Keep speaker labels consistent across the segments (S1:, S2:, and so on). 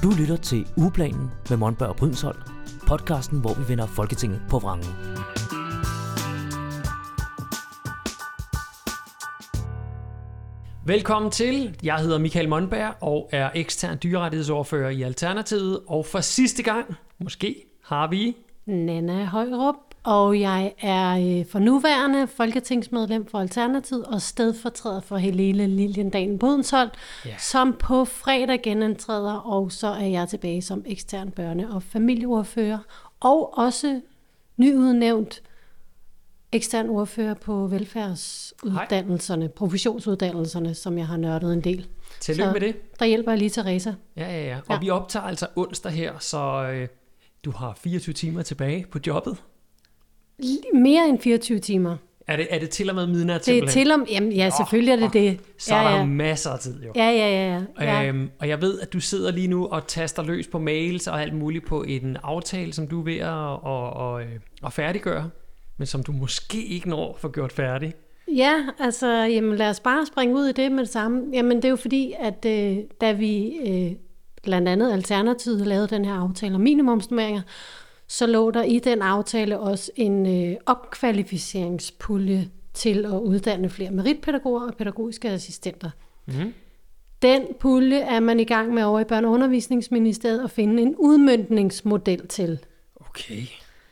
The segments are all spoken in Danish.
S1: Du lytter til Ugeplanen med Monberg og Brydensholt, podcasten, hvor vi vender Folketinget på vrangen.
S2: Velkommen til. Jeg hedder Michael Monberg og er ekstern dyrerettighedsordfører i Alternativet. Og for sidste gang, måske, har vi
S3: Nanna Højrup, og jeg er for nuværende folketingsmedlem for Alternativet og stedfortræder for Helene Liliendahl Brydensholt, som på fredag genindtræder, og så er jeg tilbage som ekstern børne- og familieordfører, og også nyudnævnt ekstern ordfører på velfærdsuddannelserne, professionsuddannelserne, som jeg har nørdet en del.
S2: Tillykke med det.
S3: Der hjælper jeg lige Teresa.
S2: Ja. Og vi optager altså onsdag her, så du har 24 timer tilbage på jobbet.
S3: Mere end 24 timer.
S2: Er det til og med midnat?
S3: Det er til om... Jamen, ja, selvfølgelig er det det.
S2: Så er der masser af tid, jo.
S3: Ja.
S2: Og jeg ved, at du sidder lige nu og taster løs på mails og alt muligt på en aftale, som du er ved at færdiggøre, men som du måske ikke når at få gjort færdig.
S3: Ja, altså, jamen, lad os bare springe ud i det med det samme. Jamen, det er jo fordi, at da vi blandt andet Alternativet lavede den her aftale om minimumsnormeringer, så lå der i den aftale også en opkvalificeringspulje til at uddanne flere meritpædagoger og pædagogiske assistenter. Mm-hmm. Den pulje er man i gang med over i Børne- og Undervisningsministeriet at finde en udmøntningsmodel til.
S2: Okay.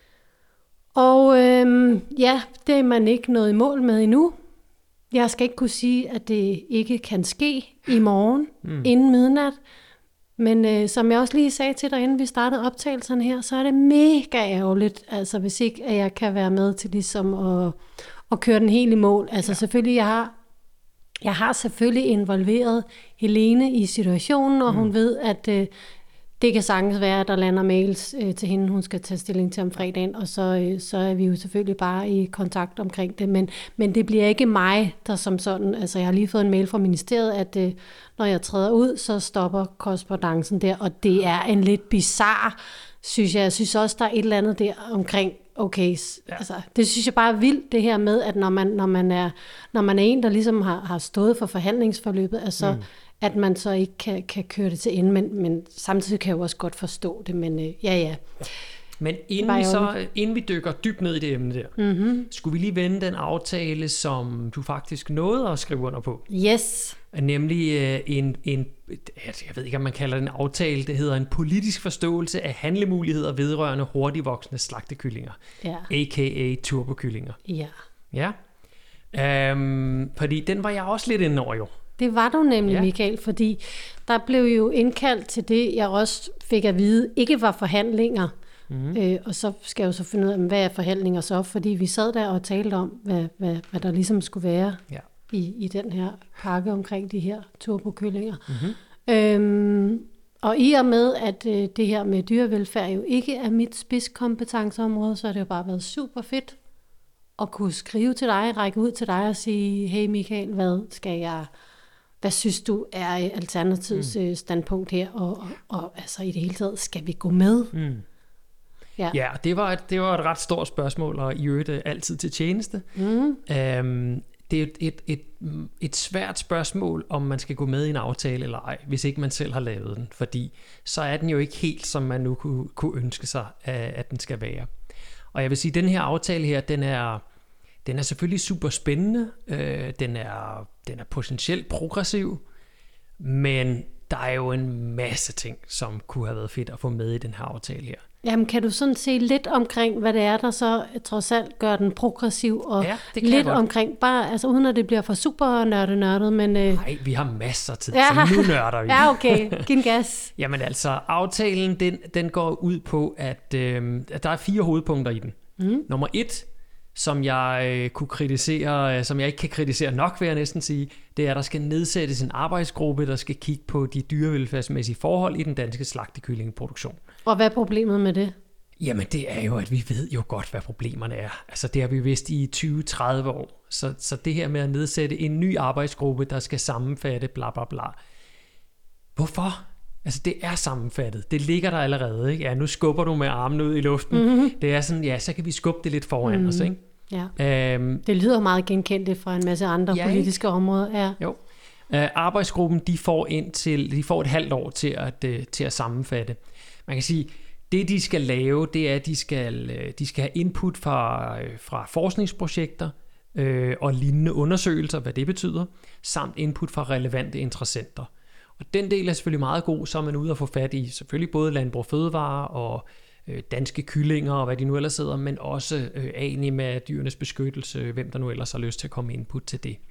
S3: Og det er man ikke nået i mål med endnu. Jeg skal ikke kunne sige, at det ikke kan ske i morgen inden midnat. Men som jeg også lige sagde til dig, inden vi startede optagelserne her, så er det mega ærgerligt, altså hvis ikke at jeg kan være med til ligesom at køre den helt i mål. Altså selvfølgelig, jeg har selvfølgelig involveret Helene i situationen, og hun ved, at det kan sagtens være, at der lander mails til hende, hun skal tage stilling til om fredagen, og så er vi jo selvfølgelig bare i kontakt omkring det. Men det bliver ikke mig, der som sådan, altså jeg har lige fået en mail fra ministeriet, at når jeg træder ud, så stopper korrespondancen der, og det er en lidt bizarre, synes jeg. Jeg synes også, der er et eller andet der omkring, okay, altså, det synes jeg bare er vildt, det her med, at når man er en, der ligesom har stået for forhandlingsforløbet, altså at man så ikke kan køre det til ende, men samtidig kan jeg jo også godt forstå det, men ja.
S2: Men inden vi dykker dybt ned i det emne der, skulle vi lige vende den aftale, som du faktisk nåede at skrive under på.
S3: Yes.
S2: Nemlig jeg ved ikke, om man kalder det en aftale, det hedder en politisk forståelse af handlemuligheder vedrørende hurtigvoksende slagtekyllinger, a.k.a. turbokyllinger. Ja. Fordi den var jeg også lidt inde over, jo. Det
S3: var du nemlig, Michael, fordi der blev jo indkaldt til det, jeg også fik at vide, ikke var forhandlinger. Og så skal jeg jo så finde ud af, hvad er forhandlinger så, fordi vi sad der og talte om, hvad der ligesom skulle være i den her pakke omkring de her turbokyllinger. Og i og med, at det her med dyrevelfærd jo ikke er mit spidskompetenceområde, så har det jo bare været super fedt at kunne skrive til dig, række ud til dig og sige, hey Michael, hvad synes du er Alternativets standpunkt her, og altså i det hele taget, skal vi gå med?
S2: Ja, det var et ret stort spørgsmål, og i øvrigt altid til tjeneste. Det er et svært spørgsmål, om man skal gå med i en aftale eller ej, hvis ikke man selv har lavet den, fordi så er den jo ikke helt, som man nu kunne ønske sig, at den skal være. Og jeg vil sige, at den her aftale her, den er selvfølgelig super spændende, den er potentielt progressiv, men der er jo en masse ting, som kunne have været fedt at få med i den her aftale her.
S3: Jamen, kan du sådan se lidt omkring, hvad det er, der så trods alt gør den progressiv, og lidt omkring, bare altså uden at det bliver for super nørdet, men...
S2: Nej, vi har masser af tid, så nu nørder vi.
S3: Ja, okay. Giv en gas.
S2: Jamen altså, aftalen, den går ud på, at der er 4 hovedpunkter i den. Nummer 1, som jeg kunne kritisere, som jeg ikke kan kritisere nok, vil jeg næsten sige, det er, at der skal nedsættes en arbejdsgruppe, der skal kigge på de dyrevelfærdsmæssige forhold i den danske slagtekyllingeproduktion.
S3: Og hvad er problemet med det?
S2: Jamen det er jo, at vi ved jo godt, hvad problemerne er. Altså det har vi vidst i 20-30 år. Så det her med at nedsætte en ny arbejdsgruppe, der skal sammenfatte bla bla bla. Hvorfor? Altså det er sammenfattet. Det ligger der allerede, ikke? Ja, nu skubber du med armen ud i luften. Det er sådan, ja, så kan vi skubbe det lidt foran os, ikke?
S3: Ja. Det lyder meget genkendt fra en masse andre politiske områder. Ja.
S2: Jo. Arbejdsgruppen de får et halvt år til at sammenfatte. Man kan sige, det de skal lave, det er, at de skal have input fra forskningsprojekter og lignende undersøgelser, hvad det betyder, samt input fra relevante interessenter. Og den del er selvfølgelig meget god, så er man ude og få fat i selvfølgelig både Landbrug Fødevarer og danske kyllinger og hvad de nu ellers hedder, men også Anima, Dyrenes Beskyttelse, hvem der nu ellers har lyst til at komme input til det.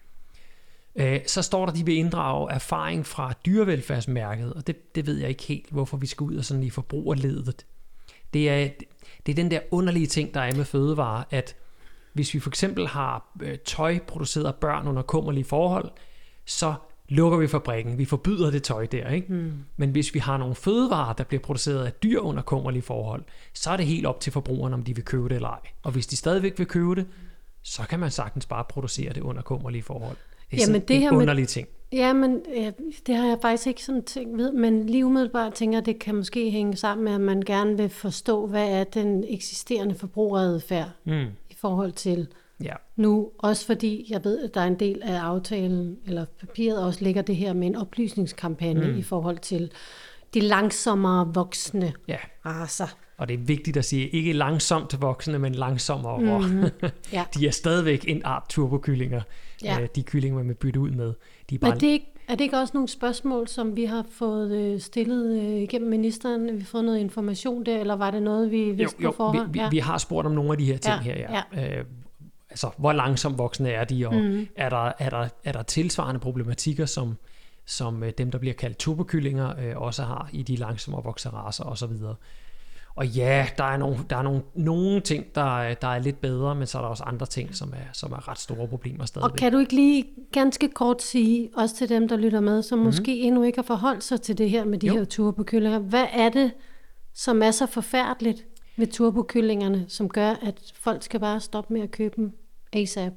S2: Så står der, de vil inddrage erfaring fra dyrevelfærdsmærket, og det ved jeg ikke helt, hvorfor vi skal ud og sådan i forbrugerledet. Det er den der underlige ting, der er med fødevarer, at hvis vi for eksempel har tøj produceret af børn under kummerlige forhold, så lukker vi fabrikken. Vi forbyder det tøj der, ikke? Men hvis vi har nogle fødevarer, der bliver produceret af dyr under kummerlige forhold, så er det helt op til forbrugerne, om de vil købe det eller ej. Og hvis de stadigvæk vil købe det, så kan man sagtens bare producere det under kummerlige forhold. Det er sådan en underlig ting.
S3: Jamen, det har jeg faktisk ikke sådan tænkt ved, men lige umiddelbart tænker, at det kan måske hænge sammen med, at man gerne vil forstå, hvad er den eksisterende forbrugeradfærd i forhold til nu. Også fordi jeg ved, at der er en del af aftalen, eller papiret også ligger det her med en oplysningskampagne i forhold til de langsommere voksne racer.
S2: Og det er vigtigt at sige, ikke langsomt voksne, men langsommere. De er stadigvæk en art turbokyllinger. De kyllinger, man vil bytte ud med. De er, bare...
S3: er det ikke også nogle spørgsmål, som vi har fået stillet igennem ministeren? Vi har fået noget information der, eller var det noget, vi vidste på forhånd?
S2: Vi har spurgt om nogle af de her ting her. Altså, hvor langsomt voksne er de, og er der tilsvarende problematikker, som dem, der bliver kaldt turbokyllinger, også har i de langsommere vokseracer osv. Og ja, der er nogle ting, der er lidt bedre, men så er der også andre ting, som er ret store problemer stadigvæk.
S3: Og kan du ikke lige ganske kort sige, også til dem, der lytter med, som måske endnu ikke har forholdt sig til det her med de her turbokyllinger, hvad er det, som er så forfærdeligt ved turbokyllingerne, som gør, at folk skal bare stoppe med at købe dem ASAP?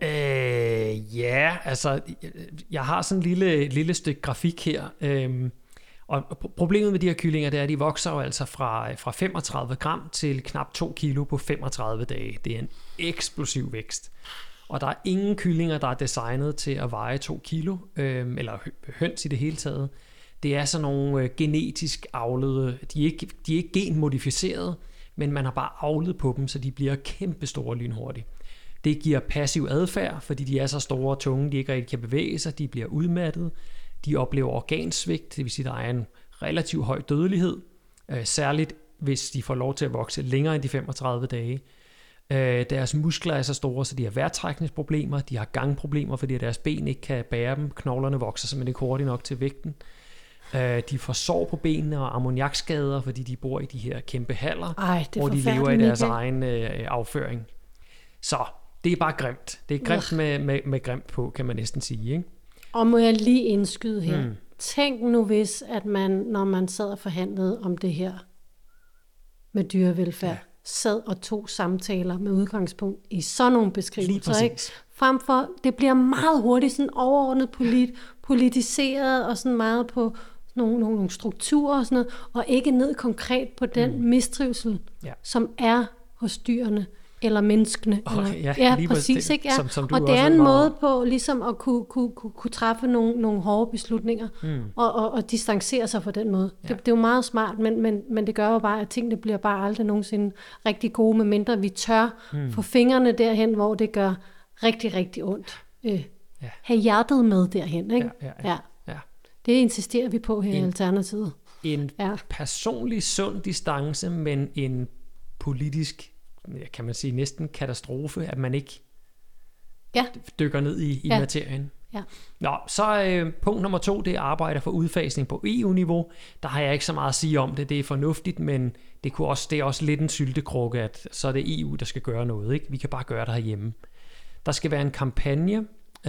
S2: Altså, jeg har sådan et lille stykke grafik her, og problemet med de her kyllinger, det er, at de vokser jo altså fra 35 gram til knap 2 kilo på 35 dage. Det er en eksplosiv vækst. Og der er ingen kyllinger, der er designet til at veje 2 kilo, eller høns i det hele taget. Det er sådan nogle genetisk avlede, de er ikke genmodificeret, men man har bare avlet på dem, så de bliver kæmpe store lynhurtigt. Det giver passiv adfærd, fordi de er så store og tunge, de ikke rigtig kan bevæge sig, de bliver udmattet. De oplever organsvigt, det vil sige, at der er en relativt høj dødelighed, særligt hvis de får lov til at vokse længere end de 35 dage. Deres muskler er så store, så de har vejrtrækningsproblemer, de har gangproblemer, fordi deres ben ikke kan bære dem, knoglerne vokser simpelthen ikke hurtigt nok til vægten. De får sår på benene og ammoniakskader, fordi de bor i de her kæmpe haller, hvor de lever i deres egen afføring. Så det er bare grimt. Det er grimt med grimt på, kan man næsten sige, ikke?
S3: Og må jeg lige indskyde her. Tænk nu hvis, at man, når man sad og forhandlede om det her med dyrevelfærd, sad og tog samtaler med udgangspunkt i sådan nogle beskrivelser. Ikke? Frem for, det bliver meget hurtigt sådan overordnet politiseret og sådan meget på nogle strukturer og sådan noget, og ikke ned konkret på den mistrivsel, som er hos dyrene. Eller menneskene. Præcis. Ikke? Ja. Som og det er en måde på ligesom at kunne træffe nogle hårde beslutninger, og distancere sig på den måde. Det er jo meget smart, men det gør jo bare, at tingene bliver bare aldrig nogensinde rigtig gode, medmindre vi tør få fingrene derhen, hvor det gør rigtig, rigtig ondt. Have hjertet med derhen. Ikke? Ja. Det insisterer vi på her i Alternativet.
S2: En personlig sund distance, men en politisk, kan man sige, næsten katastrofe, at man ikke dykker ned i materien.
S3: Ja.
S2: Nå, så punkt nummer 2, det er arbejde for udfasning på EU-niveau. Der har jeg ikke så meget at sige om det. Det er fornuftigt, men det er også lidt en syltekrukke, at så er det EU, der skal gøre noget. Ikke? Vi kan bare gøre det herhjemme. Der skal være en kampagne,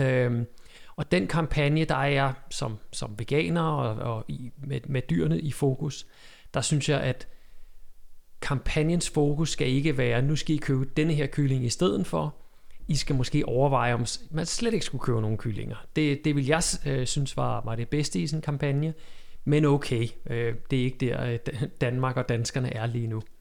S2: og den kampagne, der er jeg som veganer og med dyrene i fokus, der synes jeg, at kampagnens fokus skal ikke være, nu skal I købe denne her kylling i stedet for. I skal måske overveje, om man slet ikke skulle købe nogle kyllinger. Det vil jeg synes var det bedste i sådan en kampagne. Men okay, det er ikke der Danmark og danskerne er lige nu.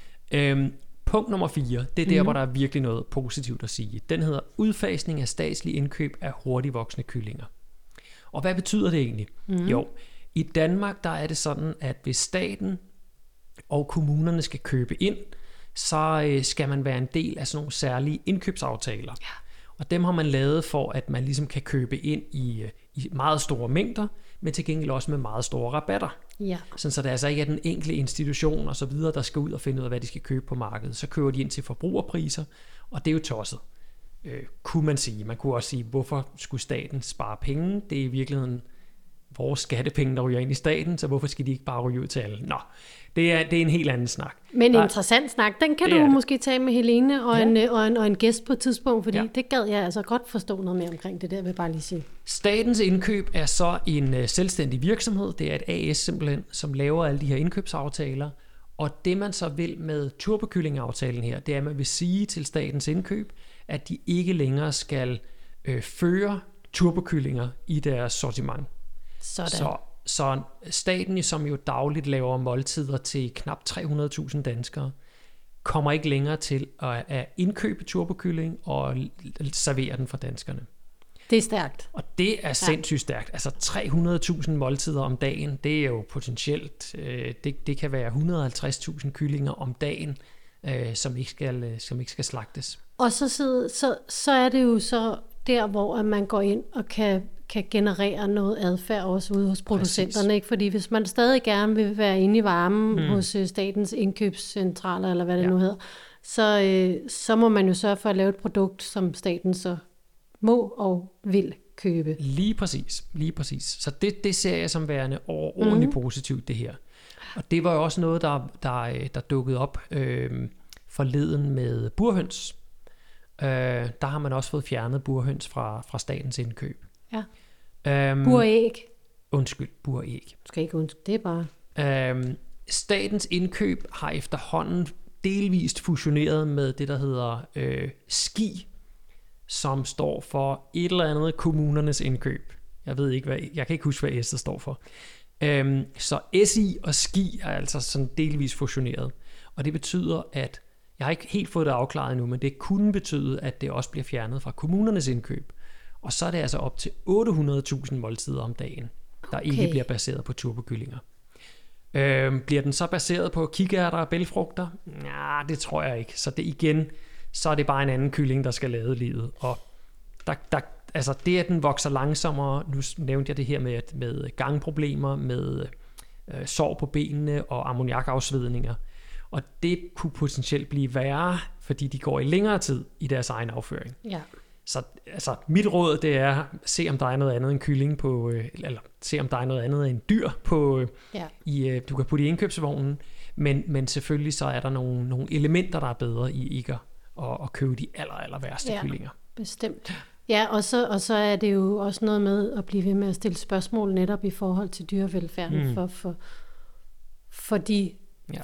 S2: Punkt nummer 4, det er der, hvor der er virkelig noget positivt at sige. Den hedder udfasning af statslig indkøb af hurtigvoksende kyllinger. Og hvad betyder det egentlig? Jo, i Danmark der er det sådan, at hvis staten og kommunerne skal købe ind, så skal man være en del af sådan nogle særlige indkøbsaftaler. Ja. Og dem har man lavet for, at man ligesom kan købe ind i meget store mængder, men til gengæld også med meget store rabatter. Ja. Sådan, så det altså ikke er den enkelte institution og så videre, der skal ud og finde ud af, hvad de skal købe på markedet. Så køber de ind til forbrugerpriser, og det er jo tosset, kunne man sige. Man kunne også sige, hvorfor skulle staten spare penge? Det er i virkeligheden vores skattepenge, der ryger ind i staten, så hvorfor skal de ikke bare ryge ud til alle? Nå, det er en helt anden snak.
S3: Men en interessant snak, den kan du måske tage med Helene og en gæst på et tidspunkt, fordi det gad jeg altså godt forstå noget mere omkring det der, vil jeg bare lige sige.
S2: Statens Indkøb er så en selvstændig virksomhed, det er et AS simpelthen, som laver alle de her indkøbsaftaler, og det man så vil med turbokyllingeaftalen her, det er, at man vil sige til Statens Indkøb, at de ikke længere skal føre turbokyllinger i deres sortiment. Så staten, som jo dagligt laver måltider til knap 300.000 danskere, kommer ikke længere til at indkøbe turbokylling og servere den for danskerne.
S3: Det er stærkt.
S2: Og det er sindssygt stærkt. Altså 300.000 måltider om dagen, det er jo potentielt, det kan være 150.000 kyllinger om dagen, som ikke skal slagtes.
S3: Og så er det jo så der, hvor man går ind og kan generere noget adfærd også ude hos producenterne. Ikke? Fordi hvis man stadig gerne vil være inde i varmen hos statens indkøbscentraler, eller hvad det nu hedder, så må man jo sørge for at lave et produkt, som staten så må og vil købe.
S2: Lige præcis. Så det ser jeg som værende overordentligt positivt, det her. Og det var jo også noget, der dukkede op forleden med burhøns. Der har man også fået fjernet burhøns fra Statens Indkøb.
S3: Ja. Buræg.
S2: Undskyld, buræg.
S3: Du skal ikke undskylde, det er bare...
S2: Statens Indkøb har efterhånden delvist fusioneret med det, der hedder SKI, som står for et eller andet kommunernes indkøb. Jeg kan ikke huske, hvad S'et står for. Så SI og SKI er altså sådan delvist fusioneret. Og det betyder, at jeg har ikke helt fået det afklaret endnu, men det kunne betyde, at det også bliver fjernet fra kommunernes indkøb. Og så er det altså op til 800.000 måltider om dagen, der ikke bliver baseret på turbokyllinger. Bliver den så baseret på kikærter og bælgfrugter? Nej, det tror jeg ikke. Så det igen, så er det bare en anden kylling, der skal lade livet. Og altså det, at den vokser langsommere, nu nævnte jeg det her med gangproblemer, med sår på benene og ammoniakafsvedninger. Og det kunne potentielt blive værre, fordi de går i længere tid i deres egen afføring. Ja. Så altså, mit råd, det er, se om der er noget andet end kylling på, eller se om der er noget andet end dyr på, du kan putte i indkøbsvognen, men selvfølgelig så er der nogle elementer, der er bedre i ikke at købe de aller værste kyllinger.
S3: Bestemt. Ja, og så er det jo også noget med at blive ved med at stille spørgsmål netop i forhold til dyrevelfærden for de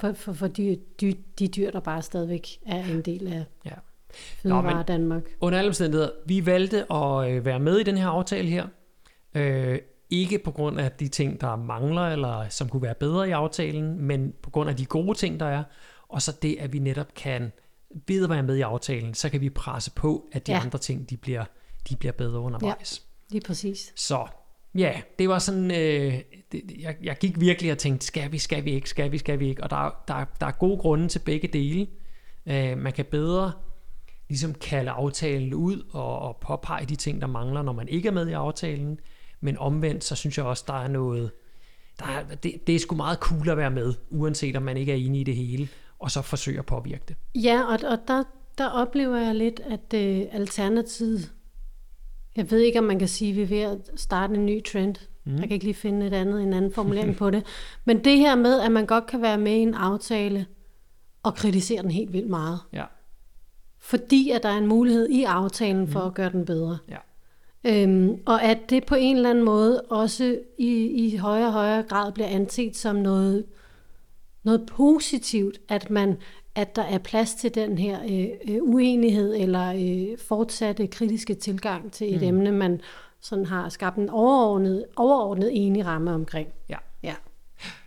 S3: dyr, der bare stadigvæk er en del af fødevare Danmark.
S2: Under alle omstændigheder, vi valgte at være med i den her aftale her. Ikke på grund af de ting, der mangler, eller som kunne være bedre i aftalen, men på grund af de gode ting, der er. Og så det, at vi netop kan ved at være med i aftalen, så kan vi presse på, at de andre ting, de bliver bedre undervejs.
S3: Ja, lige præcis.
S2: Så ja, det var sådan, jeg gik virkelig og tænkte, skal vi ikke? Og der er gode grunde til begge dele. Man kan bedre ligesom kalde aftalen ud og påpege de ting, der mangler, når man ikke er med i aftalen. Men omvendt, så synes jeg også, der er noget... Det er sgu meget cool at være med, uanset om man ikke er enig i det hele, og så forsøge at påvirke det.
S3: Ja, og der oplever jeg lidt, at Alternativet... Jeg ved ikke, om man kan sige, at vi er ved at starte en ny trend. Jeg kan ikke lige finde en anden formulering på det. Men det her med, at man godt kan være med i en aftale og kritisere den helt vildt meget. Ja. Fordi at der er en mulighed i aftalen for at gøre den bedre. Ja. Og at det på en eller anden måde også i højere og højere grad bliver anset som noget positivt, at der er plads til den her uenighed eller fortsatte kritiske tilgang til et emne, man sådan har skabt en overordnet enig ramme omkring.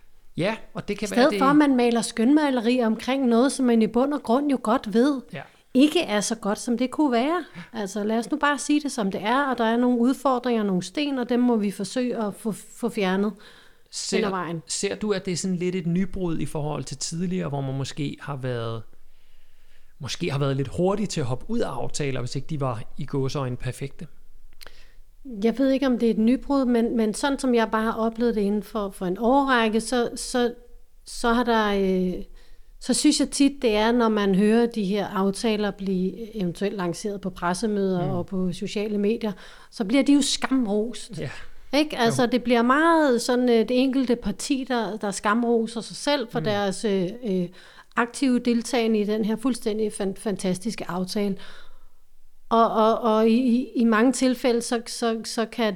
S2: Ja, og det kan
S3: være det. I stedet for, at man maler skønmaleri omkring noget, som man i bund og grund jo godt ved, ikke er så godt, som det kunne være. Altså lad os nu bare sige det, som det er, og der er nogle udfordringer, nogle sten, og dem må vi forsøge at få fjernet hen ad vejen.
S2: Ser du, at det er sådan lidt et nybrud i forhold til tidligere, hvor man måske har været lidt hurtig til at hoppe ud af aftaler, hvis ikke de var i gåseøjne perfekte?
S3: Jeg ved ikke, om det er et nybrud, men sådan som jeg bare har oplevet det inden for en årrække, så har der... Så synes jeg tit, det er, når man hører de her aftaler blive eventuelt lanceret på pressemøder og på sociale medier, så bliver de jo skamrost. Ja. Ikke? Altså, det bliver meget sådan det enkelte parti, der skamroser sig selv for deres aktive deltagende i den her fuldstændig fantastiske aftale. Og i mange tilfælde, så kan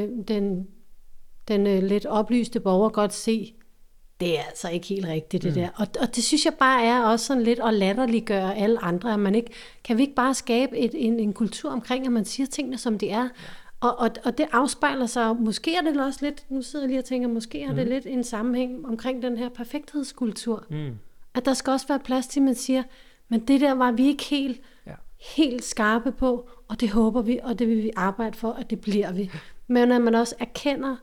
S3: den lidt oplyste borger godt se, det er altså ikke helt rigtigt, det der. Og det synes jeg bare er også sådan lidt at latterliggøre alle andre. At man ikke, kan vi ikke bare skabe en kultur omkring, at man siger tingene, som de er? Og det afspejler sig, måske er det også lidt, nu sidder jeg lige og tænker, måske er det lidt en sammenhæng omkring den her perfekthedskultur. At der skal også være plads til, at man siger, men det der var vi ikke helt skarpe på, og det håber vi, og det vil vi arbejde for, at det bliver vi. Men at man også erkender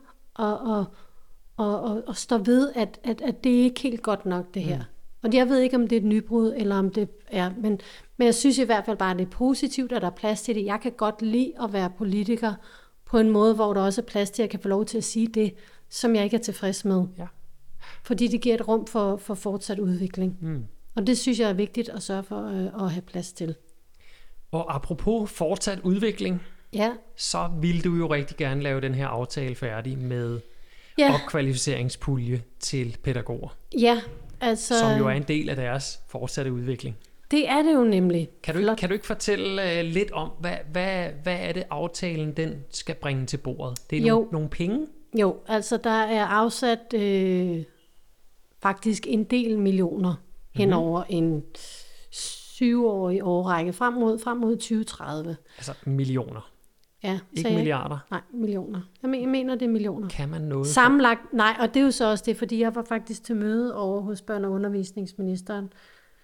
S3: og står ved, at det er ikke helt godt nok, det her. Og jeg ved ikke, om det er et nybrud, eller om det er... Men jeg synes i hvert fald bare, at det er positivt, at der er plads til det. Jeg kan godt lide at være politiker på en måde, hvor der også er plads til, at jeg kan få lov til at sige det, som jeg ikke er tilfreds med. Ja. Fordi det giver et rum for fortsat udvikling. Og det synes jeg er vigtigt at sørge for at have plads til.
S2: Og apropos fortsat udvikling, så vil du jo rigtig gerne lave den her aftale færdig med opkvalificeringspulje til pædagoger. Ja, altså... Som jo er en del af deres fortsatte udvikling.
S3: Det er det jo nemlig.
S2: Kan du ikke fortælle lidt om, hvad er det aftalen, den skal bringe til bordet? Det er nogle penge?
S3: Jo, altså der er afsat faktisk en del millioner hen over en 7-årig årrække frem mod 2030.
S2: Altså millioner?
S3: Ja.
S2: Ikke milliarder?
S3: Nej, millioner. Jeg mener, det er millioner.
S2: Kan man noget?
S3: Sammenlagt, nej, og det er jo så også det, fordi jeg var faktisk til møde over hos børne- og undervisningsministeren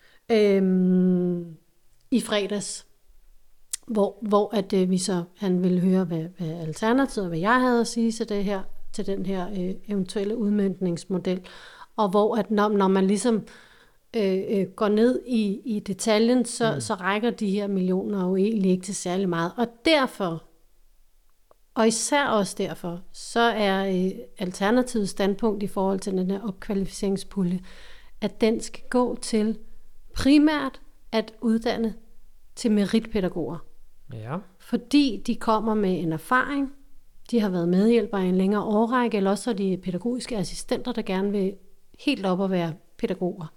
S3: i fredags, hvor at han ville høre, hvad alternativet, hvad jeg havde at sige til den her eventuelle udmøntningsmodel, og hvor at når man ligesom går ned i detaljen, så rækker de her millioner jo egentlig ikke til særlig meget. Og derfor, og især også derfor, så er alternativets standpunkt i forhold til den her opkvalificeringspulje, at den skal gå til primært at uddanne til meritpædagoger. Ja. Fordi de kommer med en erfaring, de har været medhjælpere i en længere årrække, eller også er de pædagogiske assistenter, der gerne vil helt op at være pædagoger.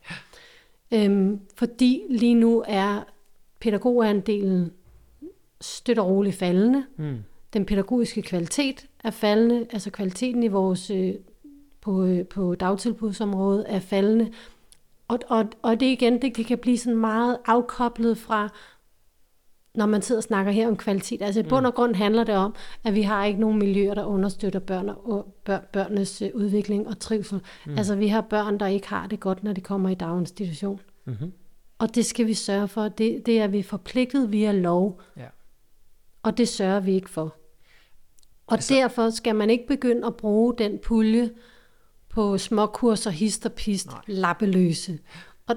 S3: Fordi lige nu er pædagogandelen støt og roligt faldende. Den pædagogiske kvalitet er faldende, altså kvaliteten i vores på dagtilbudsområdet er faldende. Og det igen, det kan blive sådan meget afkoblet fra, når man sidder og snakker her om kvalitet. Altså i bund og grund handler det om, at vi har ikke nogen miljøer, der understøtter børnenes udvikling og trivsel. Altså vi har børn, der ikke har det godt, når de kommer i daginstitution. Og det skal vi sørge for. Det er vi forpligtet via lov. Ja. Og det sørger vi ikke for. Og derfor skal man ikke begynde at bruge den pulje på småkurser, hist og pist, lappeløse. Og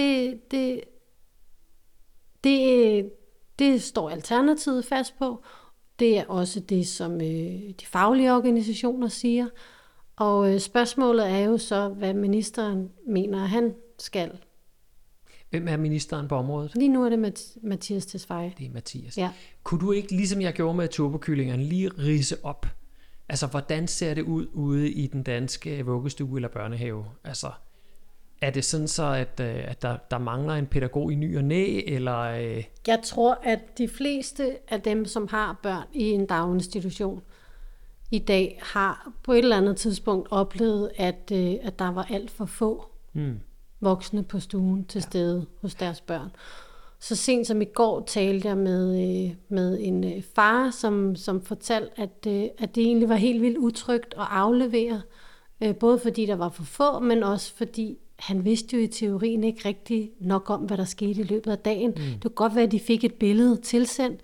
S3: det står Alternativet fast på. Det er også det, som de faglige organisationer siger. Og spørgsmålet er jo så, hvad ministeren mener, han skal.
S2: Hvem er ministeren på området?
S3: Lige nu er det Mathias Tesfaye.
S2: Det er Mathias. Ja. Kunne du ikke, ligesom jeg gjorde med turbokyllingerne, lige ridse op? Altså, hvordan ser det ud ude i den danske vuggestue eller børnehave? Altså, er det sådan så, at der mangler en pædagog i ny og næ, eller...
S3: Jeg tror, at de fleste af dem, som har børn i en daginstitution i dag, har på et eller andet tidspunkt oplevet, at der var alt for få voksne på stuen til stede hos deres børn. Så sent som i går talte jeg med en far, som fortalte, at det egentlig var helt vildt utrygt at aflevere, både fordi der var for få, men også fordi han vidste jo i teorien ikke rigtig nok om, hvad der skete i løbet af dagen. Det kunne godt være, at de fik et billede tilsendt,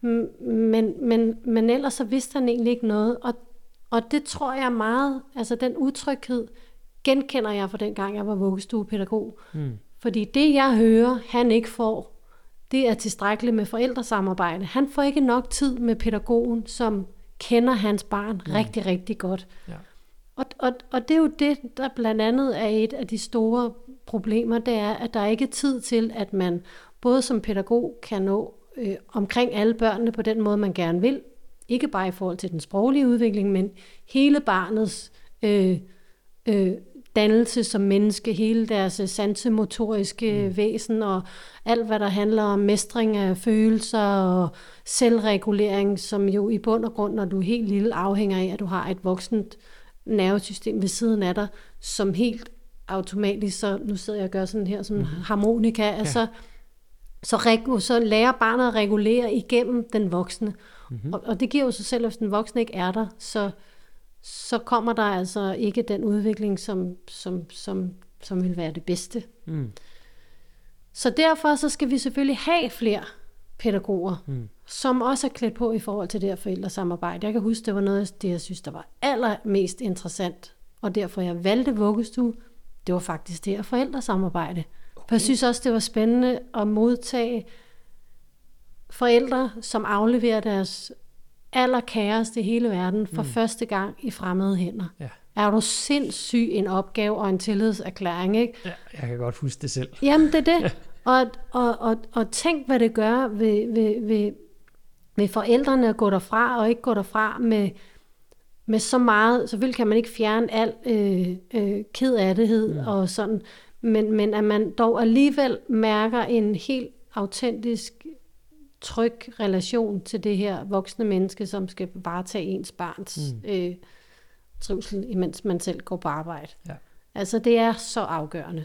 S3: men ellers så vidste han egentlig ikke noget. Og det tror jeg meget, altså den utryghed genkender jeg fra den gang, jeg var vuggestuepædagog. Fordi det, jeg hører, han ikke får, det er tilstrækkeligt med forældresamarbejde. Han får ikke nok tid med pædagogen, som kender hans barn rigtig, rigtig godt. Ja. Og det er jo det, der blandt andet er et af de store problemer, det er, at der ikke er tid til, at man både som pædagog kan nå omkring alle børnene på den måde, man gerne vil. Ikke bare i forhold til den sproglige udvikling, men hele barnets dannelse som menneske, hele deres sansemotoriske væsen, og alt, hvad der handler om mestring af følelser og selvregulering, som jo i bund og grund, når du er helt lille, afhænger af, at du har et voksent nervesystem ved siden af dig, som helt automatisk, så nu sidder jeg og gør sådan her, som harmonika, altså, så lærer barnet at regulere igennem den voksne. Og det giver jo sig selv, at hvis den voksne ikke er der, så kommer der altså ikke den udvikling, som vil være det bedste. Så derfor så skal vi selvfølgelig have flere pædagoger, som også er klædt på i forhold til det her forældresamarbejde. Jeg kan huske, det var noget af det, jeg synes, der var allermest interessant, og derfor jeg valgte vuggestue, det var faktisk det her forældresamarbejde. Okay. For jeg synes også, det var spændende at modtage forældre, som afleverer deres allerkæreste i hele verden for første gang i fremmede hænder. Ja. Er du sindssyg en opgave og en tillidserklæring, ikke?
S2: Ja, jeg kan godt huske det selv.
S3: Jamen, det er det. Og tænk, hvad det gør ved forældrene at gå derfra, og ikke gå derfra med så meget. Selvfølgelig kan man ikke fjerne al kedattighed og sådan, men at man dog alligevel mærker en helt autentisk, tryg relation til det her voksne menneske, som skal varetage ens barns trivsel, imens man selv går på arbejde. Ja. Altså, det er så afgørende.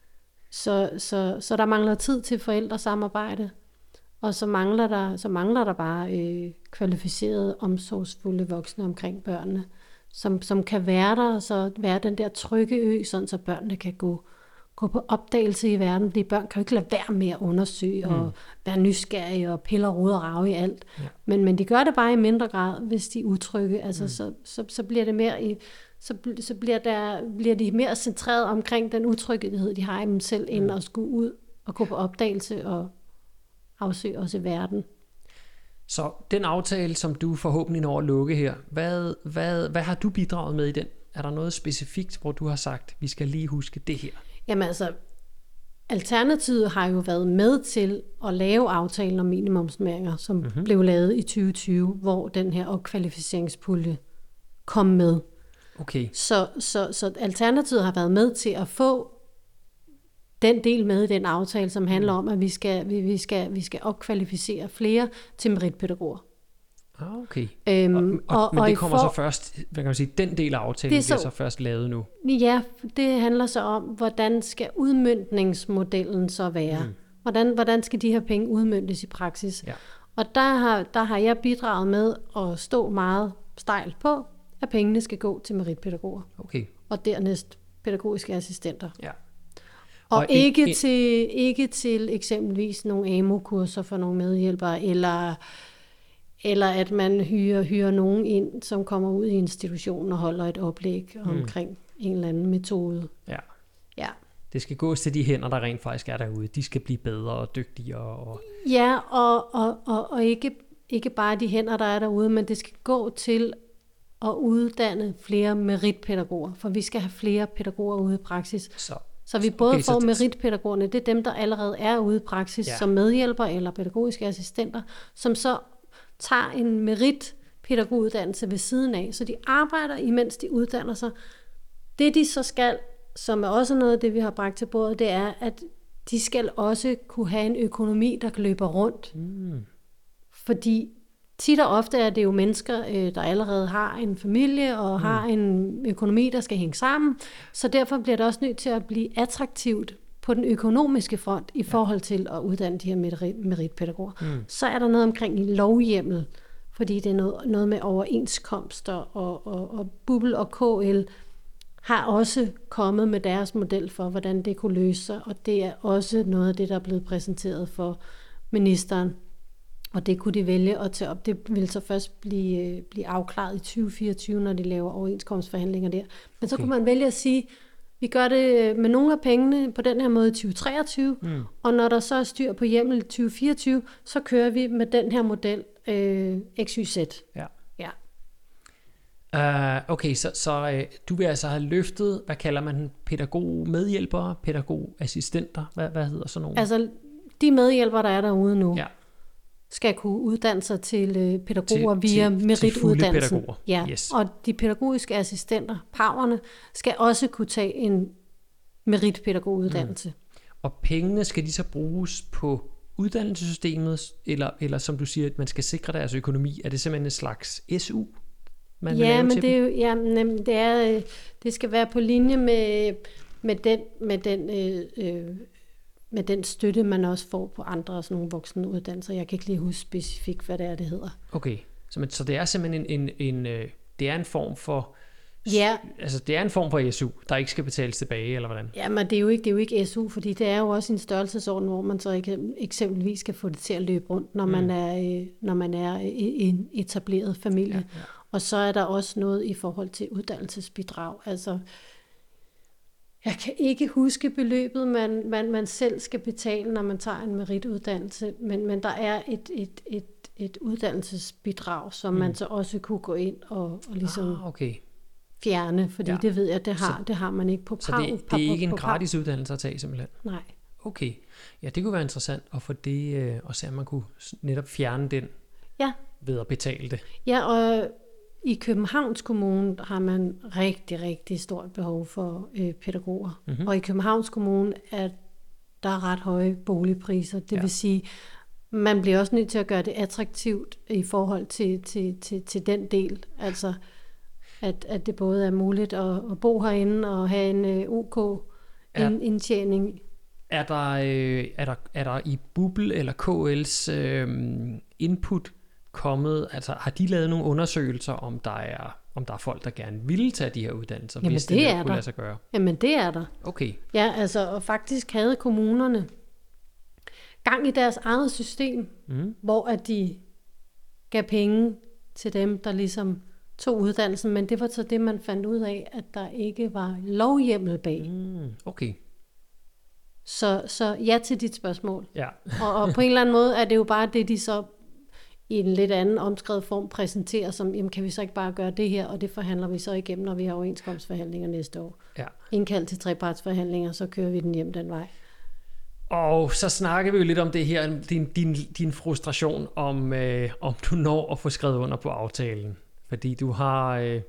S3: Så der mangler tid til forældresamarbejde, og så mangler der bare kvalificerede, omsorgsfulde voksne omkring børnene, som kan være der, og så være den der trygge ø, sådan så børnene kan gå på opdagelse i verden, fordi børn kan jo ikke lade være med at undersøge og være nysgerrige og pille og rode og rave i alt. Ja. Men de gør det bare i mindre grad, hvis de er utrygge. Altså, så bliver det mere så bliver de mere centreret omkring den utryghed, de har i dem selv, end at skulle ud og gå på opdagelse og afsøge os i verden.
S2: Så den aftale, som du forhåbentlig når at lukke her, hvad har du bidraget med i den? Er der noget specifikt, hvor du har sagt, vi skal lige huske det her?
S3: Jamen altså, Alternativet har jo været med til at lave aftalen om minimumsnormeringer, som blev lavet i 2020, hvor den her opkvalificeringspulje kom med. Okay. Så Alternativet har været med til at få den del med i den aftale, som handler om, at vi skal opkvalificere flere til meritpædagoger.
S2: Okay. Men det kommer så først, hvad kan man sige, den del af aftalen bliver så først lavet nu? Ja,
S3: det handler så om, hvordan skal udmøntningsmodellen så være? Hvordan skal de her penge udmøntes i praksis? Ja. Og der har jeg bidraget med at stå meget stejlt på, at pengene skal gå til meritpædagoger. Okay. Og dernæst pædagogiske assistenter. Ja. Og ikke til eksempelvis nogle AMO-kurser for nogle medhjælpere, eller at man hyrer nogen ind, som kommer ud i institutionen og holder et oplæg omkring en eller anden metode. Ja.
S2: Det skal gås til de hænder, der rent faktisk er derude. De skal blive bedre og dygtigere.
S3: Ja, og ikke bare de hænder, der er derude, men det skal gå til at uddanne flere meritpædagoger, for vi skal have flere pædagoger ude i praksis. Så vi både får meritpædagogerne, det er dem, der allerede er ude i praksis som medhjælpere eller pædagogiske assistenter, som så tager en meritpædagoguddannelse ved siden af, så de arbejder, imens de uddanner sig. Det de så skal, som er også noget af det, vi har bragt til bordet, det er, at de skal også kunne have en økonomi, der løber rundt. Fordi tit og ofte er det jo mennesker, der allerede har en familie og har en økonomi, der skal hænge sammen. Så derfor bliver det også nødt til at blive attraktivt på den økonomiske front i forhold til at uddanne de her meritpædagoger. Så er der noget omkring i lovhjemmel, fordi det er noget med overenskomster og BUPL og KL har også kommet med deres model for, hvordan det kunne løse sig, og det er også noget af det, der er blevet præsenteret for ministeren. Og det kunne de vælge at tage op. Det vil så først blive afklaret i 2024, når de laver overenskomstforhandlinger der. Men så kunne man vælge at sige, vi gør det med nogle af pengene på den her måde i 2023, og når der så er styr på hjemmel i 2024, så kører vi med den her model XYZ.
S2: Ja.
S3: Ja.
S2: Okay, så du vil altså have løftet, hvad kalder man pædagogmedhjælpere, pædagogassistenter, hvad hedder sådan nogle?
S3: Altså, de medhjælpere, der er derude nu, skal kunne uddanne sig til pædagoger via merituddannelsen. Ja, yes. Og de pædagogiske assistenter, PAU'erne, skal også kunne tage en meritpædagoguddannelse.
S2: Og pengene, skal de så bruges på uddannelsessystemet, eller som du siger, at man skal sikre deres økonomi? Er det simpelthen en slags SU, man vil lave til dem?
S3: Det skal være på linje med den støtte, man også får på andre sådan nogle voksne uddannelser. Jeg kan ikke lige huske specifikt, hvad det hedder.
S2: Okay, så det er simpelthen det er en form for...
S3: Ja.
S2: Altså, det er en form for SU, der ikke skal betales tilbage, eller hvordan?
S3: Ja, men det er jo ikke SU, fordi det er jo også en størrelsesorden, hvor man så ikke eksempelvis skal få det til at løbe rundt, når man er i en etableret familie. Ja. Og så er der også noget i forhold til uddannelsesbidrag. Altså, jeg kan ikke huske beløbet, man selv skal betale, når man tager en merituddannelse, men der er et uddannelsesbidrag, som man så også kunne gå ind og ligesom fjerne, fordi det ved jeg, det har man ikke på PAU.
S2: Så det er ikke en gratis uddannelse at tage simpelthen?
S3: Nej.
S2: Okay. Ja, det kunne være interessant at få det, og se om man kunne netop fjerne den ved at betale det.
S3: Ja, og i Københavns Kommune har man rigtig, rigtig stort behov for pædagoger. Mm-hmm. Og i Københavns Kommune er der ret høje boligpriser. Det vil sige, man bliver også nødt til at gøre det attraktivt i forhold til den del. Altså, at det både er muligt at bo herinde og have en OK indtjening.
S2: Er der i Bubble eller KL's input kommet, altså har de lavet nogle undersøgelser, om der er folk, der gerne vil tage de her uddannelser, hvis det kunne lade sig gøre?
S3: Jamen det er der.
S2: Okay.
S3: Ja, altså, og faktisk havde kommunerne gang i deres eget system, hvor at de gav penge til dem, der ligesom tog uddannelsen, men det var så det, man fandt ud af, at der ikke var lovhjemmel bag.
S2: Okay.
S3: Så ja til dit spørgsmål.
S2: Ja.
S3: og på en eller anden måde er det jo bare det, de så i en lidt anden omskrevet form præsenterer som, jamen kan vi så ikke bare gøre det her, og det forhandler vi så igennem, når vi har overenskomstforhandlinger næste år. Ja. Indkaldt til trepartsforhandlinger, så kører vi den hjem den vej.
S2: Og så snakker vi jo lidt om det her, din frustration, om du når at få skrevet under på aftalen. Fordi du har,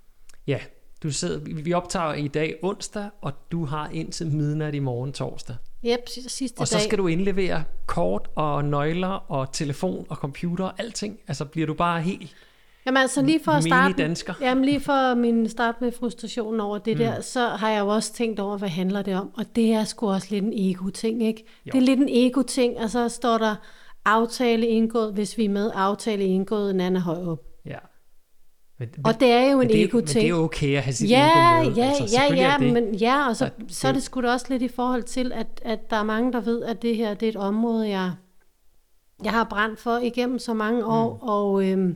S2: vi optager i dag onsdag, og du har indtil midnat i morgen torsdag.
S3: Yep, sidste dag.
S2: Og så skal du indlevere kort og nøgler og telefon og computer og alting. Altså bliver du bare helt
S3: jamen altså lige for at
S2: dansker.
S3: Jamen lige for min start med frustrationen over det der, så har jeg jo også tænkt over, hvad handler det om. Og det er sgu også lidt en ego-ting, ikke? Jo. Det er lidt en ego-ting, og så står der aftale indgået, hvis vi er med aftale indgået, Nanna Højrup.
S2: Ja.
S3: Og det er jo en ego-ting. Men
S2: det er jo okay at have sit ego med.
S3: Og så er det sgu da også lidt i forhold til, at der er mange, der ved, at det her det er et område, jeg har brændt for igennem så mange år, og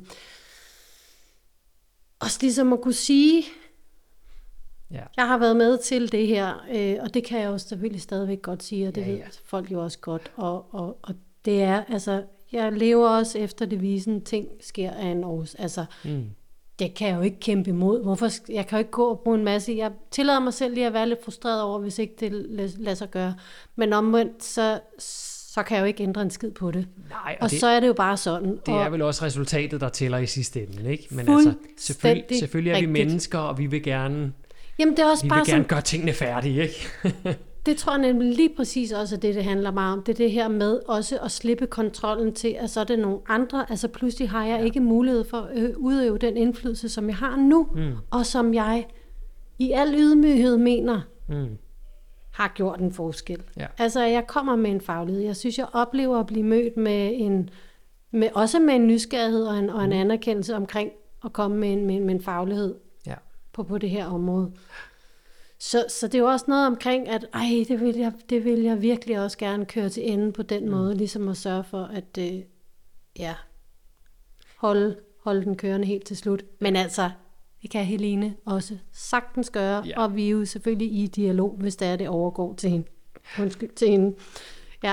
S3: også ligesom at kunne sige, jeg har været med til det her, og det kan jeg jo selvfølgelig stadigvæk godt sige, og det ved folk jo også godt, og det er, altså, jeg lever også efter devisen, ting sker af en års, altså, det kan jeg jo ikke kæmpe imod. Jeg kan jo ikke gå og bruge en masse. Jeg tillader mig selv lige at være lidt frustreret over, hvis ikke det lader sig gøre. Men omvendt, så kan jeg jo ikke ændre en skid på det. Nej, og så er det jo bare sådan.
S2: Det er vel også resultatet, der tæller i sidste ende, ikke? Men altså, selvfølgelig er vi mennesker, og vi vil gerne,
S3: det er også bare
S2: gerne gøre tingene færdige, ikke?
S3: Det tror jeg nemlig lige præcis også er det handler meget om. Det er det her med også at slippe kontrollen til, at så er det nogle andre. Altså pludselig har jeg ikke mulighed for at udøve den indflydelse, som jeg har nu, og som jeg i al ydmyghed mener har gjort en forskel. Ja. Altså jeg kommer med en faglighed. Jeg synes, jeg oplever at blive mødt med også med en nysgerrighed og en anerkendelse omkring at komme med en faglighed på det her område. Så det er jo også noget omkring, at det vil jeg virkelig også gerne køre til ende på den måde, ligesom at sørge for, at holde den kørende helt til slut. Men altså, det kan Helene også sagtens gøre, og vi er jo selvfølgelig i dialog, hvis det overgår til hende. Undskyld, til hende. Ja,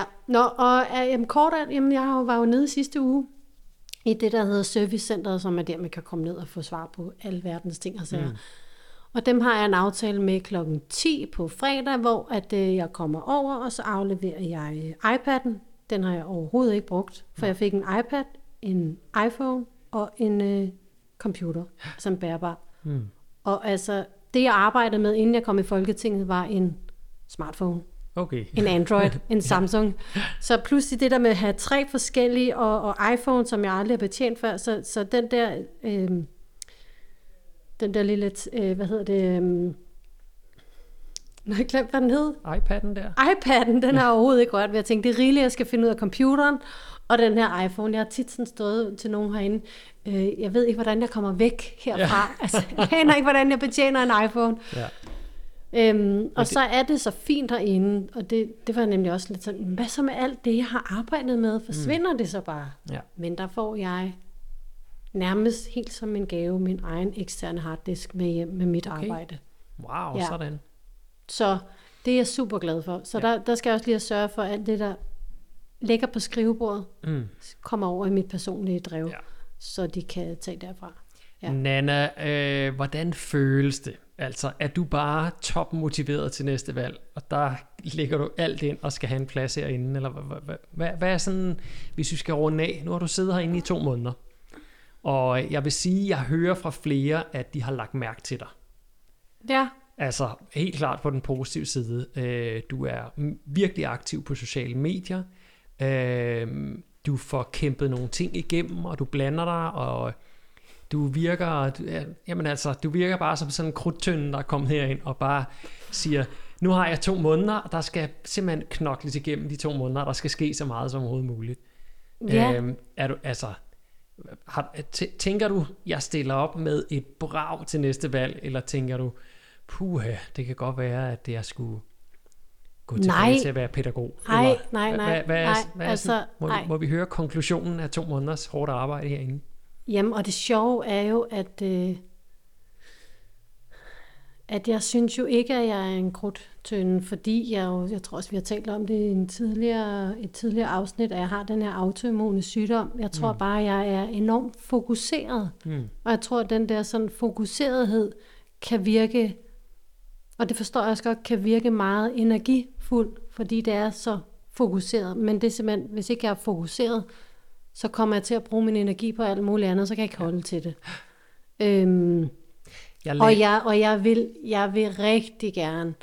S3: jeg var jo nede sidste uge i det, der hedder Servicecenteret, som er der, man kan komme ned og få svar på alle verdens ting og sager. Og dem har jeg en aftale med klokken 10 på fredag, hvor at jeg kommer over, og så afleverer jeg iPad'en. Den har jeg overhovedet ikke brugt, for jeg fik en iPad, en iPhone og en computer, som bærbar. Og altså, det jeg arbejdede med, inden jeg kom i Folketinget, var en smartphone.
S2: Okay.
S3: En Android, en Samsung. Så pludselig det der med at have 3 forskellige, og iPhone, som jeg aldrig har betjent før, så den der lille, hvad hedder det, jeg har glemt, hvad den hed.
S2: iPad'en der.
S3: iPad'en, den har overhovedet ikke rørt ved at tænke, det er rigeligt, jeg skal finde ud af computeren, og den her iPhone. Jeg har tit sådan stået til nogen herinde, jeg ved ikke, hvordan jeg kommer væk herfra. Altså, jeg aner ikke, hvordan jeg betjener en iPhone.
S2: Ja.
S3: Og så er det så fint herinde, og det var nemlig også lidt sådan, hvad så med alt det, jeg har arbejdet med, forsvinder det så bare?
S2: Ja.
S3: Men der får jeg nærmest helt som en gave min egen eksterne harddisk med hjem med mit arbejde.
S2: Wow, sådan.
S3: Så det er jeg super glad for. Så der skal jeg også lige sørge for, at alt det, der ligger på skrivebordet, kommer over i mit personlige drev, så de kan tage derfra. Ja.
S2: Nanna, hvordan føles det? Altså, er du bare topmotiveret til næste valg, og der lægger du alt ind og skal have en plads herinde? Eller hvad er sådan, hvis vi skal runde af? Nu har du siddet herinde i 2 måneder, og jeg vil sige, at jeg hører fra flere, at de har lagt mærke til dig.
S3: Ja.
S2: Altså, helt klart på den positive side. Du er virkelig aktiv på sociale medier. Du får kæmpet nogle ting igennem, og du blander dig, og du virker bare som sådan en krudtønde, der er kommet herind og bare siger, nu har jeg 2 måneder, og der skal simpelthen knokles igennem de 2 måneder, og der skal ske så meget som overhovedet muligt.
S3: Ja.
S2: Tænker du, jeg stiller op med et brag til næste valg, eller tænker du, puha, det kan godt være, at jeg skulle gå tilbage til at være pædagog?
S3: Nej.
S2: Må vi høre konklusionen af 2 måneders hårdt arbejde herinde?
S3: Jamen, og det sjove er jo, at jeg synes jo ikke, at jeg er en krudtønde, fordi jeg tror også, vi har talt om det i et tidligere afsnit, at jeg har den her autoimmune sygdom. Jeg tror bare, at jeg er enormt fokuseret. Og jeg tror, at den der sådan fokuserethed kan virke, og det forstår jeg også godt, kan virke meget energifuld, fordi det er så fokuseret. Men det er simpelthen, hvis ikke jeg er fokuseret, så kommer jeg til at bruge min energi på alt muligt andet, så kan jeg ikke holde til det. Jeg vil rigtig gerne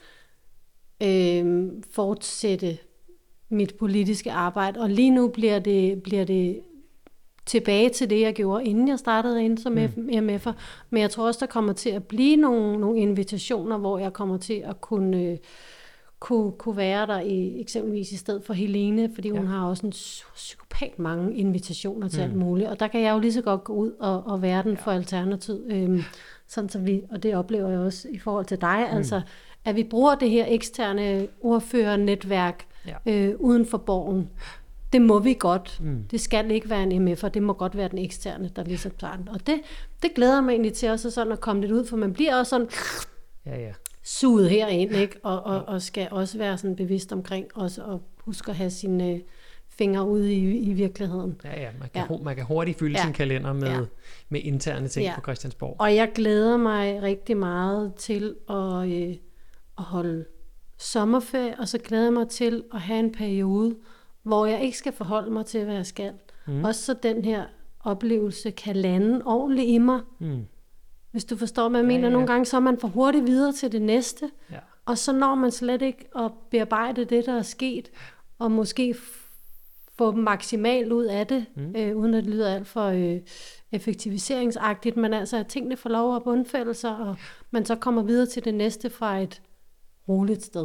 S3: fortsætte mit politiske arbejde, og lige nu bliver det tilbage til det, jeg gjorde, inden jeg startede ind som MF'er. Men jeg tror også, der kommer til at blive nogle invitationer, hvor jeg kommer til at kunne være der eksempelvis i stedet for Helene, fordi hun har også en psykopat mange invitationer til alt muligt, og der kan jeg jo lige så godt gå ud og være den for Alternativ, sådan så og det oplever jeg også i forhold til dig, altså at vi bruger det her eksterne ordførernetværk uden for borgen. Det må vi godt. Det skal ikke være en MF'er, det må godt være den eksterne, der ligesom tager den. Og det glæder mig egentlig til også sådan at komme lidt ud, for man bliver også sådan suget herind, ikke? Og skal også være sådan bevidst omkring også at huske at have sine fingre ude i virkeligheden.
S2: Man kan hurtigt fylde sin kalender med interne ting på Christiansborg.
S3: Og jeg glæder mig rigtig meget til at holde sommerferie, og så glæder jeg mig til at have en periode, hvor jeg ikke skal forholde mig til, hvad jeg skal. Også så den her oplevelse kan lande ordentligt i mig. Hvis du forstår, hvad jeg mener. Nogle gange så er man for hurtigt videre til det næste, og så når man slet ikke at bearbejde det, der er sket, og måske få maksimalt ud af det, uden at det lyder alt for effektiviseringsagtigt, men altså at tingene får lov at bundfælde sig, og man så kommer videre til det næste fra et roligt sted.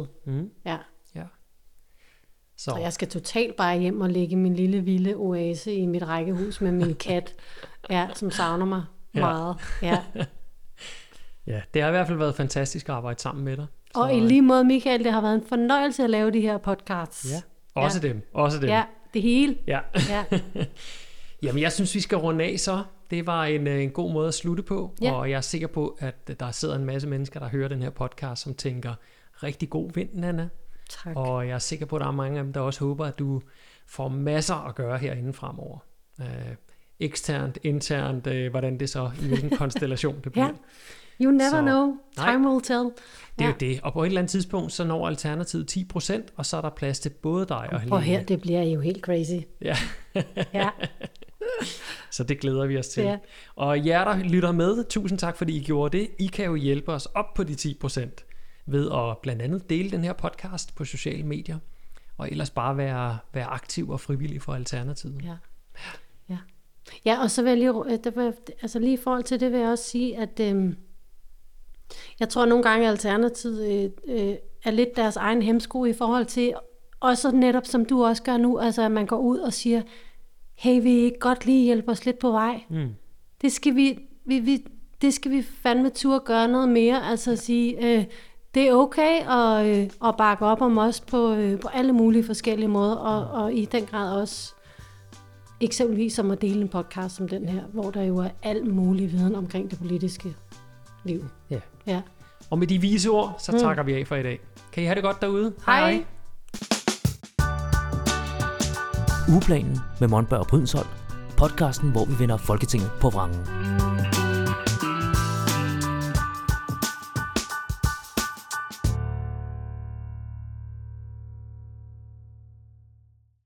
S3: Så jeg skal totalt bare hjem og lægge min lille vilde oase i mit rækkehus med min kat, som savner mig meget. Ja,
S2: det har i hvert fald været fantastisk at arbejde sammen med dig.
S3: Og i lige måde, Michael, det har været en fornøjelse at lave de her podcasts.
S2: Ja, også dem.
S3: Ja, det hele.
S2: Ja. Jamen, jeg synes, vi skal runde af så. Det var en god måde at slutte på, og jeg er sikker på, at der sidder en masse mennesker, der hører den her podcast, som tænker, rigtig god vind, Nanna.
S3: Tak.
S2: Og jeg er sikker på, at der er mange af dem, der også håber, at du får masser at gøre herinde fremover. Eksternt, internt, hvordan det så, i hvilken konstellation det bliver.
S3: You never know. Time will tell.
S2: Det er jo det. Og på et eller andet tidspunkt, så når Alternativet 10%, og så er der plads til både dig og Helene.
S3: Og her, det bliver jo helt crazy.
S2: Ja. Så det glæder vi os til.
S3: Ja.
S2: Og jer, der lytter med, tusind tak, fordi I gjorde det. I kan jo hjælpe os op på de 10% ved at blandt andet dele den her podcast på sociale medier, og ellers bare være aktiv og frivillig for Alternativet.
S3: Ja, og så vil jeg lige i forhold til det, vil jeg også sige, at jeg tror nogle gange, Alternativet er lidt deres egen hemsko i forhold til, også netop som du også gør nu, altså at man går ud og siger, hey, vil I ikke godt lige hjælpe os lidt på vej? Det skal vi fandme turde gøre noget mere, altså at sige, det er okay at bakke op om os på alle mulige forskellige måder, og i den grad også eksempelvis som at dele en podcast som den her, hvor der jo er al mulig viden omkring det politiske liv. Ja.
S2: Og med de vise ord, så takker vi af for i dag. Kan I have det godt derude?
S3: Hej.
S1: Ugeplanen med Monberg og Brydensholt. Podcasten, hvor vi vender Folketinget på vrangen.